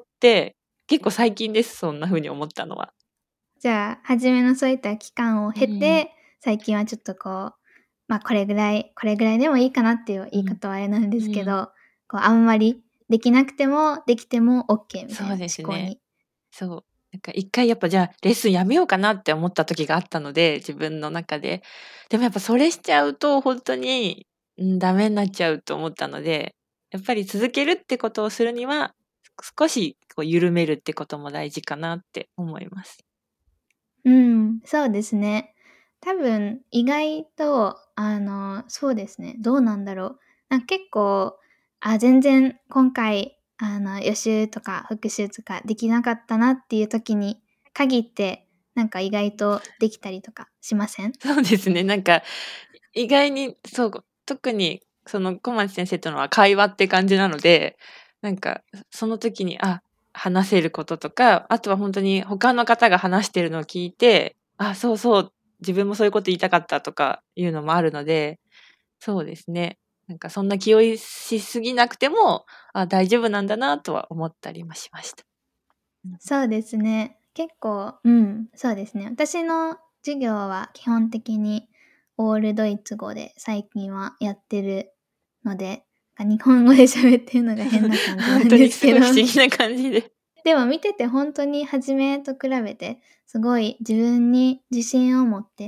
結構最近です、そんな風に思ったのは。 じゃあ、初めのそういった期間を経て、最近はちょっとこれぐらいでもいいかなっていう言い方はあれなんですけど、あんまりできなくても、できてもオッケーみたいなそうですね。 思考に。 そう。一回やっぱじゃあレッスンやめようかなって思った時があったので、自分の中で。でもやっぱそれしちゃうとほんとに、ダメになっちゃうと思ったので、やっぱり続けるってことをするには、少し緩めるってことも大事かなって思います。 そうですね。多分意外と、そうですね、どうなんだろう。結構、全然今回、予習とか復習とかできなかったなっていう時に限って、意外とできたりとかしません？ そうですね、意外に、そう、特にその小町先生とのは会話って感じなので、その時に、話せることとか、あとはほんとに他の方が話してるのを聞いて、そうそう、自分もそういうこと言いたかったとかいうのもあるので、そうですね。そんな気負いしすぎなくても、大丈夫なんだなとは思ったりもしました。 そうですね。結構、そうですね。私の授業は基本的にオールドイツ語で最近はやってるので、日本語で喋ってるのが変な感じなほんんとにすごいですけど。 不思議な感じで。 でも見てて本当に初めと比べて、すごい自分に自信を持って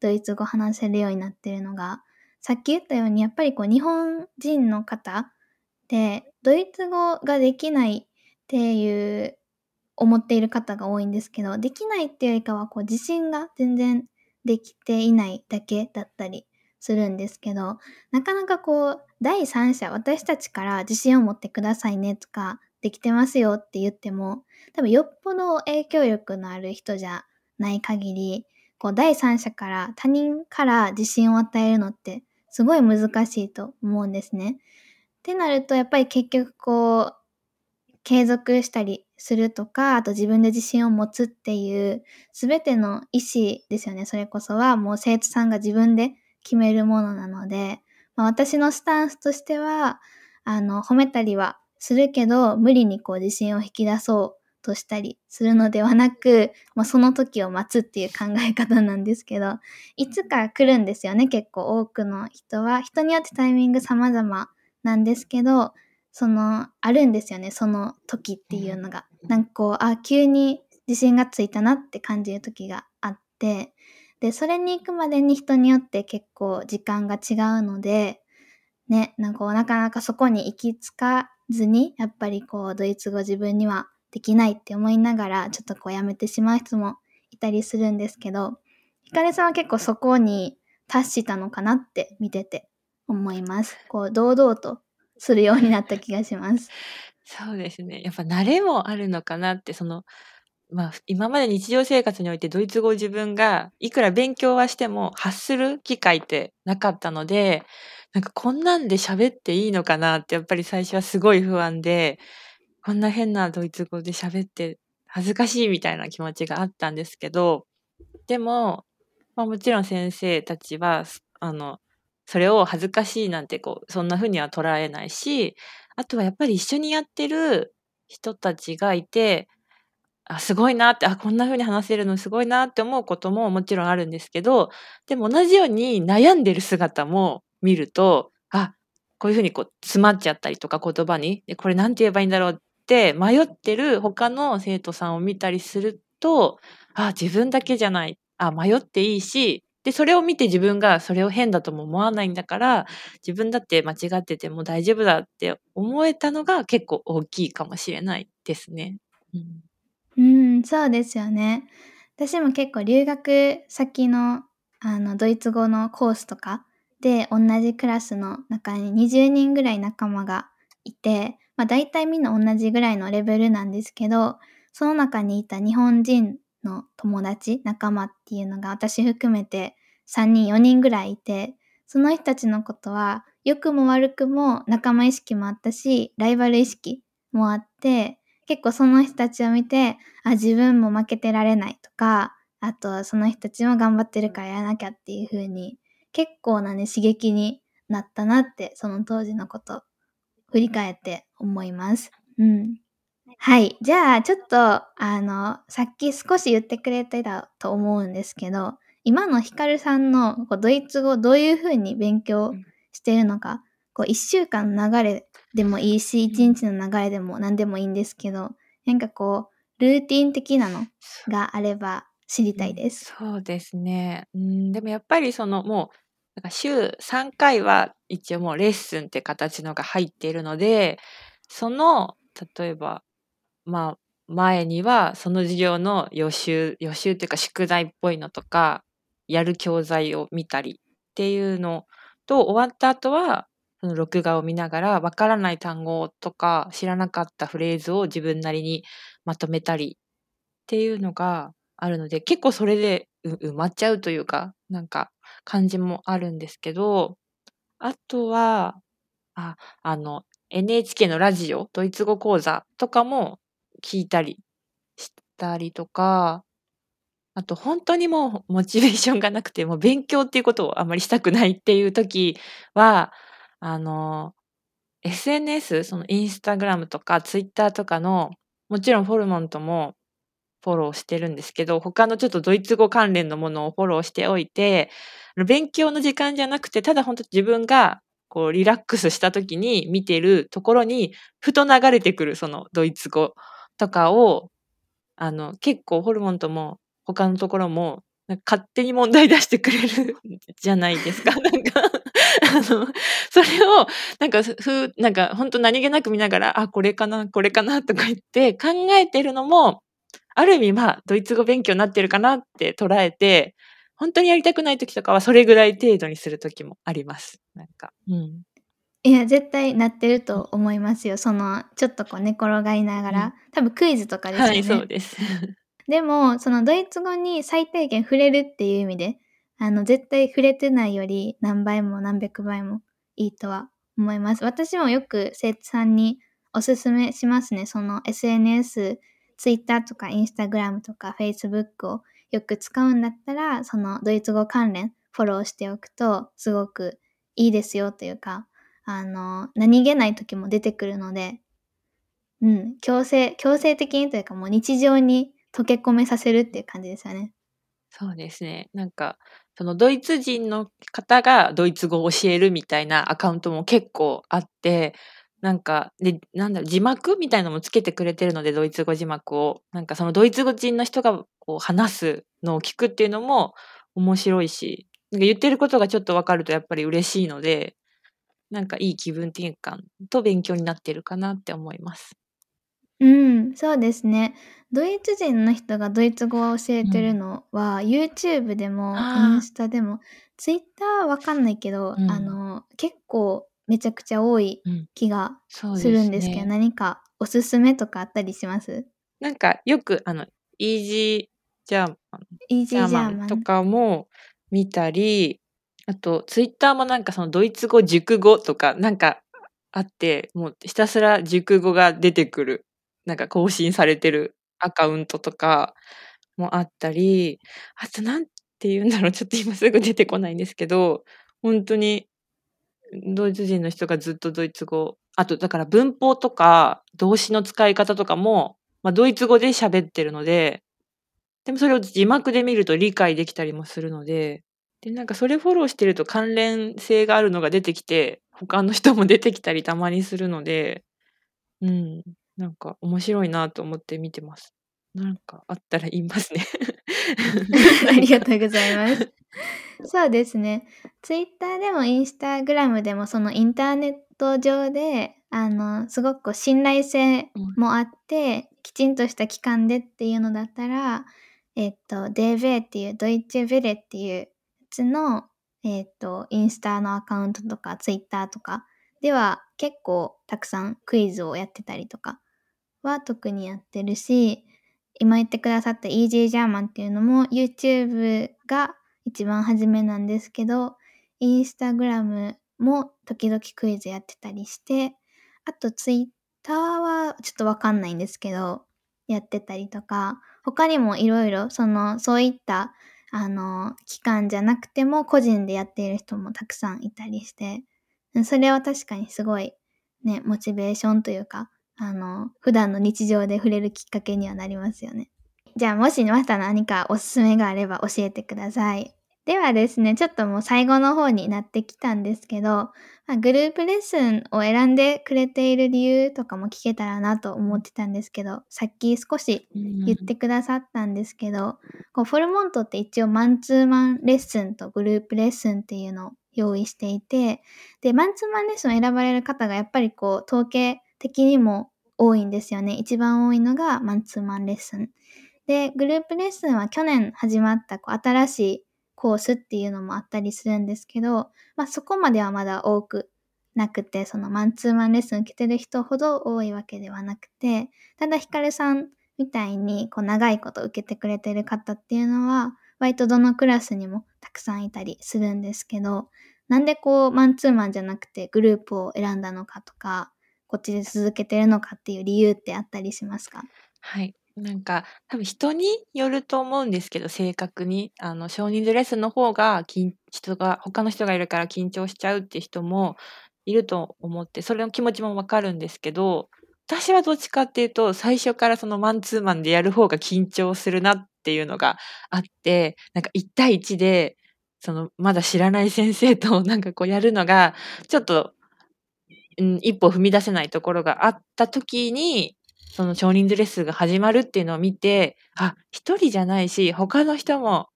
ドイツ語話せるようになってるのが、さっき言ったようにやっぱりこう日本人の方でドイツ語ができないっていう思っている方が多いんですけど、できないっていうよりかはこう自信が全然できていないだけだったりするんですけど、なかなかこう第三者、私たちから自信を持ってくださいねとか、できてますよって言っても、多分よっぽど影響力のある人じゃない限り、こう第三者から他人から自信を与えるのってすごい難しいと思うんですね。ってなるとやっぱり結局こう継続したりするとか、あと自分で自信を持つっていう全ての意思ですよね。それこそはもう生徒さんが自分で決めるものなので、私のスタンスとしては、褒めたりはするけど、無理にこう自信を引き出そうとしたりするのではなく、その時を待つっていう考え方なんですけど、いつか来るんですよね、結構多くの人は。人によってタイミング様々なんですけど、あるんですよね、その時っていうのが。なんかこう、急に自信がついたなって感じる時があって、で、それに行くまでに人によって結構時間が違うので、ね、なかなかそこに行き着かずに、やっぱりこう、ドイツ語自分にはできないって思いながら、ちょっとこうやめてしまう人もいたりするんですけど、ひかるさんは結構そこに達したのかなって見てて思います。こう、堂々とするようになった気がします。 そうですね。やっぱ慣れもあるのかなって、今まで日常生活においてドイツ語を自分がいくら勉強はしても発する機会ってなかったので、なんかこんなんで喋っていいのかなってやっぱり最初はすごい不安で、こんな変なドイツ語で喋って恥ずかしいみたいな気持ちがあったんですけど、でも、もちろん先生たちは、それを恥ずかしいなんてそんな風には捉えないし、あとはやっぱり一緒にやってる人たちがいて、すごいなって、こんな風に話せるのすごいなって思うことももちろんあるんですけど、でも同じように悩んでる姿も見ると、こういう風に詰まっちゃったりとか言葉に、で、これなんて言えばいいんだろうって迷ってる他の生徒さんを見たりすると、自分だけじゃない。迷っていいし、で、それを見て自分がそれを変だとも思わないんだから、自分だって間違ってても大丈夫だって思えたのが結構大きいかもしれないですね。うん。 そうですよね。私も結構留学先の、ドイツ語のコースとかで、同じクラスの中に20人ぐらい仲間がいて、大体みんな同じぐらいのレベルなんですけど、その中にいた日本人の友達、仲間っていうのが私含めて3人、4人ぐらいいて、その人たちのことは良くも悪くも仲間意識もあったし、ライバル意識もあって、結構その人たちを見て、自分も負けてられないとか、あとはその人たちも頑張ってるからやらなきゃっていう風に、結構なね、刺激になったなって、その当時のこと振り返って思います。うん。はい。じゃあ、ちょっと、さっき少し言ってくれてたと思うんですけど、今のヒカルさんのドイツ語どういう風に勉強してるのか、1週間の流れでもいいし、1日の流れでも何でもいいんですけど、なんかルーティン的なのがあれば知りたいです。 そうですね。でもやっぱりもう、なんか週3回は一応もうレッスンって形のが入っているので、例えば、前にはその授業の予習っていうか宿題っぽいのとか、やる教材を見たりっていうのと、終わった後は、その録画を見ながら、わからない単語とか、知らなかったフレーズを自分なりにまとめたりっていうのがあるので、結構それで埋まっちゃうというか、なんか感じもあるんですけど、あとは、あ、NHK のラジオ、ドイツ語講座とかも聞いたりしたりとか、あと本当にもうモチベーションがなくて、もう勉強っていうことをあんまりしたくないっていう時は、あの、SNS、そのインスタグラムとかツイッターとかの、もちろんホルモンともフォローしてるんですけど、他のちょっとドイツ語関連のものをフォローしておいて、勉強の時間じゃなくて、ただ本当自分がリラックスした時に見てるところに、ふと流れてくるそのドイツ語とかを、結構ホルモンとも他のところもなんか勝手に問題出してくれるじゃないですか。なんかそれをなんかなんか本当何気なく見ながら、あ、これかな、これかなとか言って考えてるのも、ある意味ドイツ語勉強になってるかなって捉えて、本当にやりたくない時とかはそれぐらい程度にする時もあります。なんか、うん。 いや、絶対なってると思いますよ。その、ちょっとこう寝転がりながうん。 ら、多分クイズとかですはい、そうよね。 です。 でも、そのドイツ語に最低限触れるっていう意味で、絶対触れてないより何倍も何百倍もいいとは思います。私もよく生徒さんにお勧めしますね。その SNS、Twitter とか Instagram とか Facebook をよく使うんだったら、そのドイツ語関連フォローしておくとすごくいいですよというか、何気ない時も出てくるので、うん、強制的にというか、もう日常に溶け込めさせるっていう感じですよね。 そうですね。なんか、そのドイツ人の方がドイツ語を教えるみたいなアカウントも結構あって、なんか、で、なんだろう、字幕みたいのもつけてくれてるので、ドイツ語字幕を。なんかそのドイツ語人の人がこう話すのを聞くっていうのも面白いし、なんか言ってることがちょっとわかるとやっぱり嬉しいので、なんかいい気分転換と勉強になってるかなって思います。 うん、そうですね。ドイツ人の人がドイツ語を教えてるうん。 のは、YouTube でもインああ、 スタでも、Twitter わかんないけど、 うん、 結構めちゃくちゃ多いうん。 気がそうでするんですけど、 すね。 何かおすすめとかあったりします？ なんかよくイージージャーマンジャー Easy マンと German。 かも見たり、あとツイッターもなんかそのドイツ語、熟語とかなんかあって、もうひたすら熟語が出てくる、なんか更新されてるアカウントとかもあったり、あとなんて言うんだろう、ちょっと今すぐ出てこないんですけど、ほんとにドイツ人の人がずっとドイツ語、あとだから文法とか動詞の使い方とかも、ドイツ語で喋ってるので、でもそれを字幕で見ると理解できたりもするので、で、なんかそれフォローしてると関連性があるのが出てきて、他の人も出てきたりたまにするので、うん、なんか面白いなと思って見てます。なんかあったら言いますね。 あなんか、 りがとうございます。そうですね。Twitter でも Instagram でもそのインターネット上で、すごくこう信頼性うん、 もあって、きちんとした期間でっていうのだったら、DW っていうドイツヴェレっていうやつの、インスタのアカウントとか Twitter とかでは結構たくさんクイズをやってたりとかは特にやってるし、今言ってくださった Easy German っていうのも YouTube が一番初めなんですけど、Instagram も時々クイズやってたりして、あと Twitter はちょっとわかんないんですけど、やってたりとか、他にもいろいろそういった、機関じゃなくても個人でやっている人もたくさんいたりして、それは確かにすごいね、モチベーションというか、普段の日常で触れるきっかけにはなりますよね。じゃあ、もしまた何かおすすめがあれば教えてください。ではですね、ちょっともう最後の方になってきたんですけど、グループレッスンを選んでくれている理由とかも聞けたらなと思ってたんですけど、さっき少しうん、 言ってくださったんですけど、こうフォルモントって一応マンツーマンレッスンとグループレッスンっていうのを用意していて、で、マンツーマンレッスンを選ばれる方がやっぱりこう統計的にも多いんですよね。一番多いのがマンツーマンレッスン。で、グループレッスンは去年始まったこう新しいコースっていうのもあったりするんですけど、そこまではまだ多くなくて、そのマンツーマンレッスン受けてる人ほど多いわけではなくて、ただヒカルさんみたいにこう長いこと受けてくれてる方っていうのは、割とどのクラスにもたくさんいたりするんですけど、なんでこうマンツーマンじゃなくてグループを選んだのかとか、こっちで続けてるのかっていう理由ってあったりしますか？ はい。なんか、多分人によると思うんですけど、正確に。少人数レッスンの方が、他の人がいるから緊張しちゃうっていう人もいると思って、それの気持ちもわかるんですけど、私はどっちかっていうと、最初からそのマンツーマンでやる方が緊張するなっていうのがあって、なんか1対1で、まだ知らない先生となんかこうやるのが、ちょっと一歩踏み出せないところがあった時に、その少人数レッスンが始まるっていうのを見て、あ、一人じゃないし、他の人も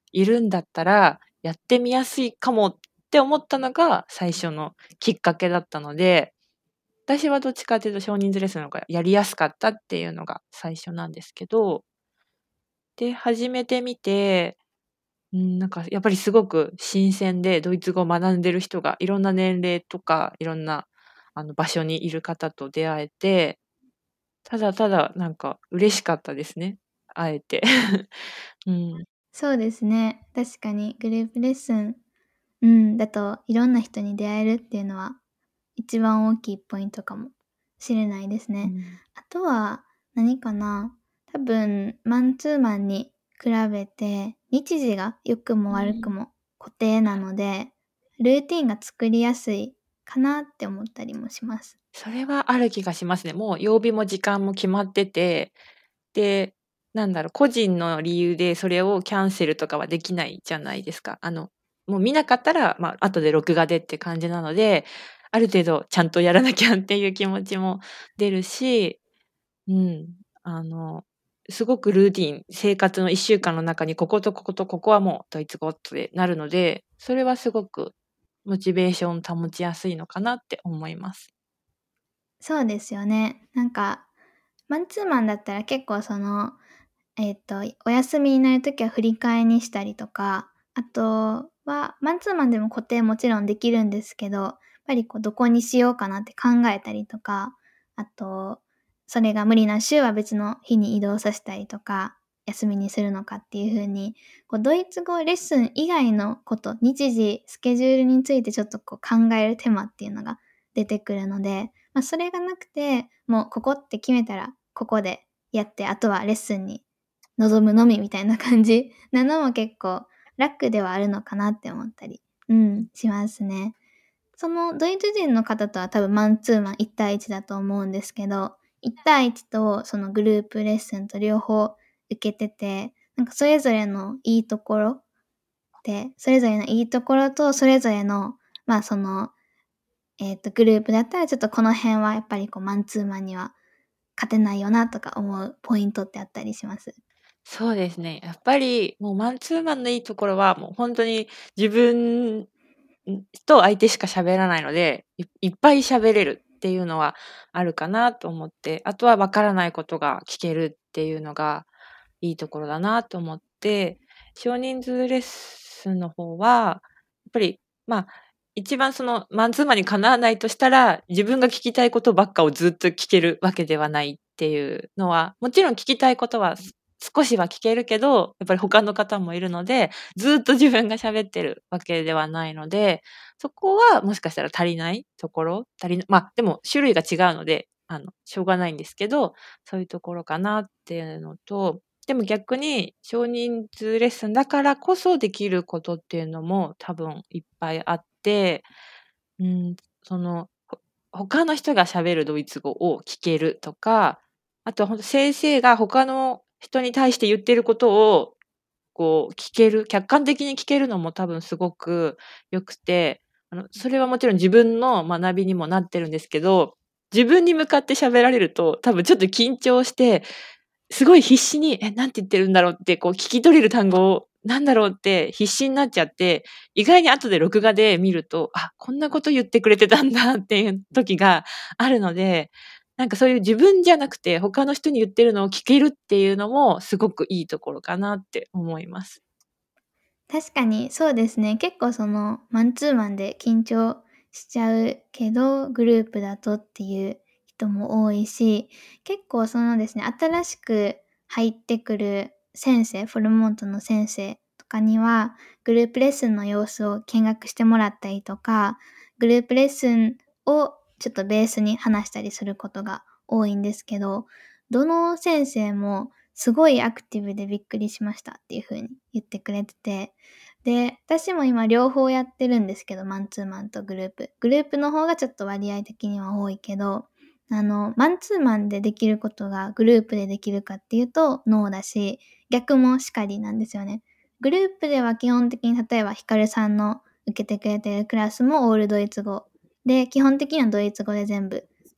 いるんだったら、やってみやすいかもって思ったのが最初のきっかけだったので、私はどっちかっていうと少人数レッスンの方がやりやすかったっていうのが最初なんですけど、で、始めてみて、なんかやっぱりすごく新鮮で、ドイツ語を学んでる人がいろんな年齢とか、いろんな場所にいる方と出会えて、ただただなんか嬉しかったですね、会えて。うん。 そうですね。確かにグループレッスン、だといろんな人に出会えるっていうのは一番大きいポイントかもしれないですね。 うん。 あとは何かな、多分マンツーマンに比べて日時が良くも悪くも固定なので、ルーティンが作りやすいかなって思ったりもします。 それはある気がしますね。もう曜日も時間も決まってて、で、個人の理由でそれをキャンセルとかはできないじゃないですか。もう見なかったら、後で録画でって感じなので、ある程度ちゃんとやらなきゃっていう気持ちも出るし、うん、あの、すごくルーティン、生活の1週間の中にこことこことここはもうドイツ語ってなるので、それはすごくモチベーション保ちやすいのかなって思います。 そうですよね。なんか、マンツーマンだったら結構お休みになるときは振り替えにしたりとか、あとは、マンツーマンでも固定もちろんできるんですけど、やっぱりこうどこにしようかなって考えたりとか、あと、それが無理な週は別の日に移動させたりとか、休みにするのかっていう風に、こうドイツ語レッスン以外のこと、日時、スケジュールについてちょっとこう考える手間っていうのが出てくるので、それがなくて、もうここって決めたらここでやって、あとはレッスンに望むのみみたいな感じなのも結構楽ではあるのかなって思ったり、しますね。そのドイツ人の方とは多分マンツーマン1対1だと思うんですけど、1対1とそのグループレッスンと両方受けてて、なんかそれぞれのいいところで、それぞれのいいところとそれぞれの、グループだったらちょっとこの辺はやっぱりこうマンツーマンには勝てないよなとか思うポイントってあったりします？ そうですね。やっぱり、もうマンツーマンのいいところは、もう本当に自分と相手しか喋らないので、いっぱい喋れるっていうのはあるかなと思って、あとはわからないことが聞けるっていうのがいいところだなと思って、少人数レッスンの方は、やっぱり、一番そのマンツーマンにかなわないとしたら、自分が聞きたいことばっかをずっと聞けるわけではないっていうのは、もちろん聞きたいことは少しは聞けるけど、やっぱり他の方もいるので、ずっと自分が喋ってるわけではないので、そこはもしかしたら足りないところ、でも種類が違うので、しょうがないんですけど、そういうところかなっていうのと、でも逆に少人数レッスンだからこそできることっていうのも多分いっぱいあって、うん、その、他の人が喋るドイツ語を聞けるとか、あとはほんと先生が他の人に対して言ってることを、こう聞ける、客観的に聞けるのも多分すごく良くて、それはもちろん自分の学びにもなってるんですけど、自分に向かって喋られると、多分ちょっと緊張して、すごい必死に、なんて言ってるんだろうって、こう聞き取れる単語を、なんだろうって必死になっちゃって、意外に後で録画で見ると、あ、こんなこと言ってくれてたんだっていう時があるので、なんかそういう自分じゃなくて、他の人に言ってるのを聞けるっていうのもすごくいいところかなって思います。 確かにそうですね。結構そのマンツーマンで緊張しちゃうけど、グループだとっていう人も多いし、結構そのですね、新しく入ってくる先生、フォルモントの先生とかには、グループレッスンの様子を見学してもらったりとか、グループレッスンをちょっとベースに話したりすることが多いんですけど、どの先生もすごいアクティブでびっくりしましたっていう風に言ってくれてて、で、私も今両方やってるんですけど、マンツーマンとグループ。グループの方がちょっと割合的には多いけど、マンツーマンでできることがグループでできるかっていうと、ノーだし、逆もしかりなんですよね。グループでは基本的に例えばヒカルさんの受けてくれてるクラスもオールドイツ語で、基本的にはドイツ語で全部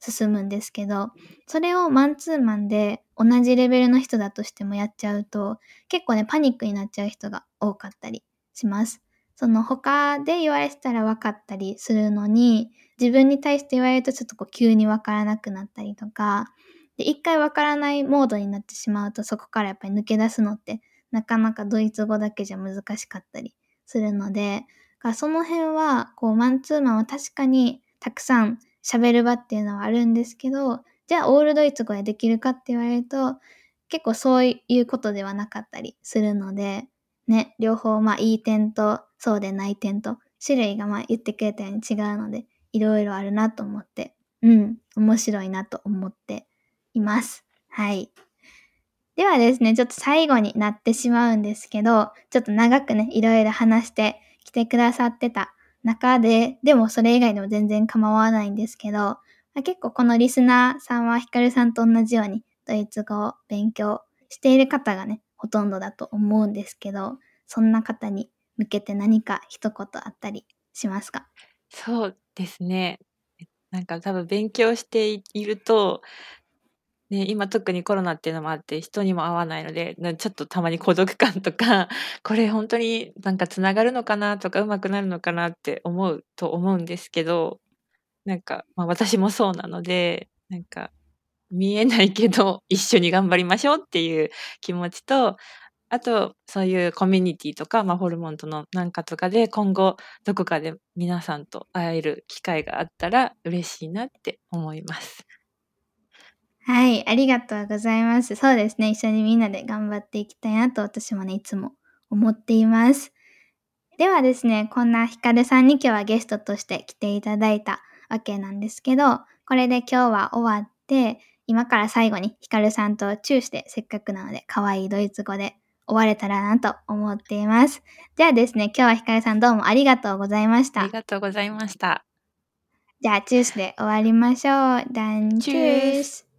進むんですけど、それをマンツーマンで同じレベルの人だとしてもやっちゃうと、結構ね、パニックになっちゃう人が多かったりします。その他で言われてたら分かったりするのに、自分に対して言われるとちょっとこう急に分からなくなったりとか、で、一回分からないモードになってしまうと、そこからやっぱり抜け出すのってなかなかドイツ語だけじゃ難しかったりするので、その辺はこうマンツーマンは確かにたくさん喋る場っていうのはあるんですけど、じゃあオールドイツ語でできるかって言われると、結構そういうことではなかったりするので、ね、両方いい点とそうでない点と種類が言ってくれたように違うので、いろいろあるなと思って、面白いなと思っています。はい。ではですね、ちょっと最後になってしまうんですけど、ちょっと長くね、いろいろ話してきてくださってた中で、でもそれ以外でも全然構わないんですけど、結構このリスナーさんはヒカルさんと同じようにドイツ語を勉強している方がね、ほとんどだと思うんですけど、そんな方に向けて何か一言あったりしますか？ そうですね。なんか多分勉強していると、ね、今特にコロナっていうのもあって、人にも会わないので、ちょっとたまに孤独感とか、これほんとになんか繋がるのかなとか、上手くなるのかなって思うと思うんですけど、なんか、私もそうなので、なんか、見えないけど、一緒に頑張りましょうっていう気持ちと、あと、そういうコミュニティとか、ホルモンとのなんかとかで、今後どこかで皆さんと会える機会があったら嬉しいなって思います。 はい、ありがとうございます。そうですね、一緒にみんなで頑張っていきたいなと私もね、いつも思っています。ではですね、こんなヒカルさんに今日はゲストとして来ていただいたわけなんですけど、これで今日は終わって、今から最後にヒカルさんとチューして、せっかくなので可愛いドイツ語で終われたらなと思っています。じゃあですね、今日はヒカルさんどうもありがとうございましありた。 がとうございました。 じゃあチュースで終わりましょう。Dann Tschüss. tschüss.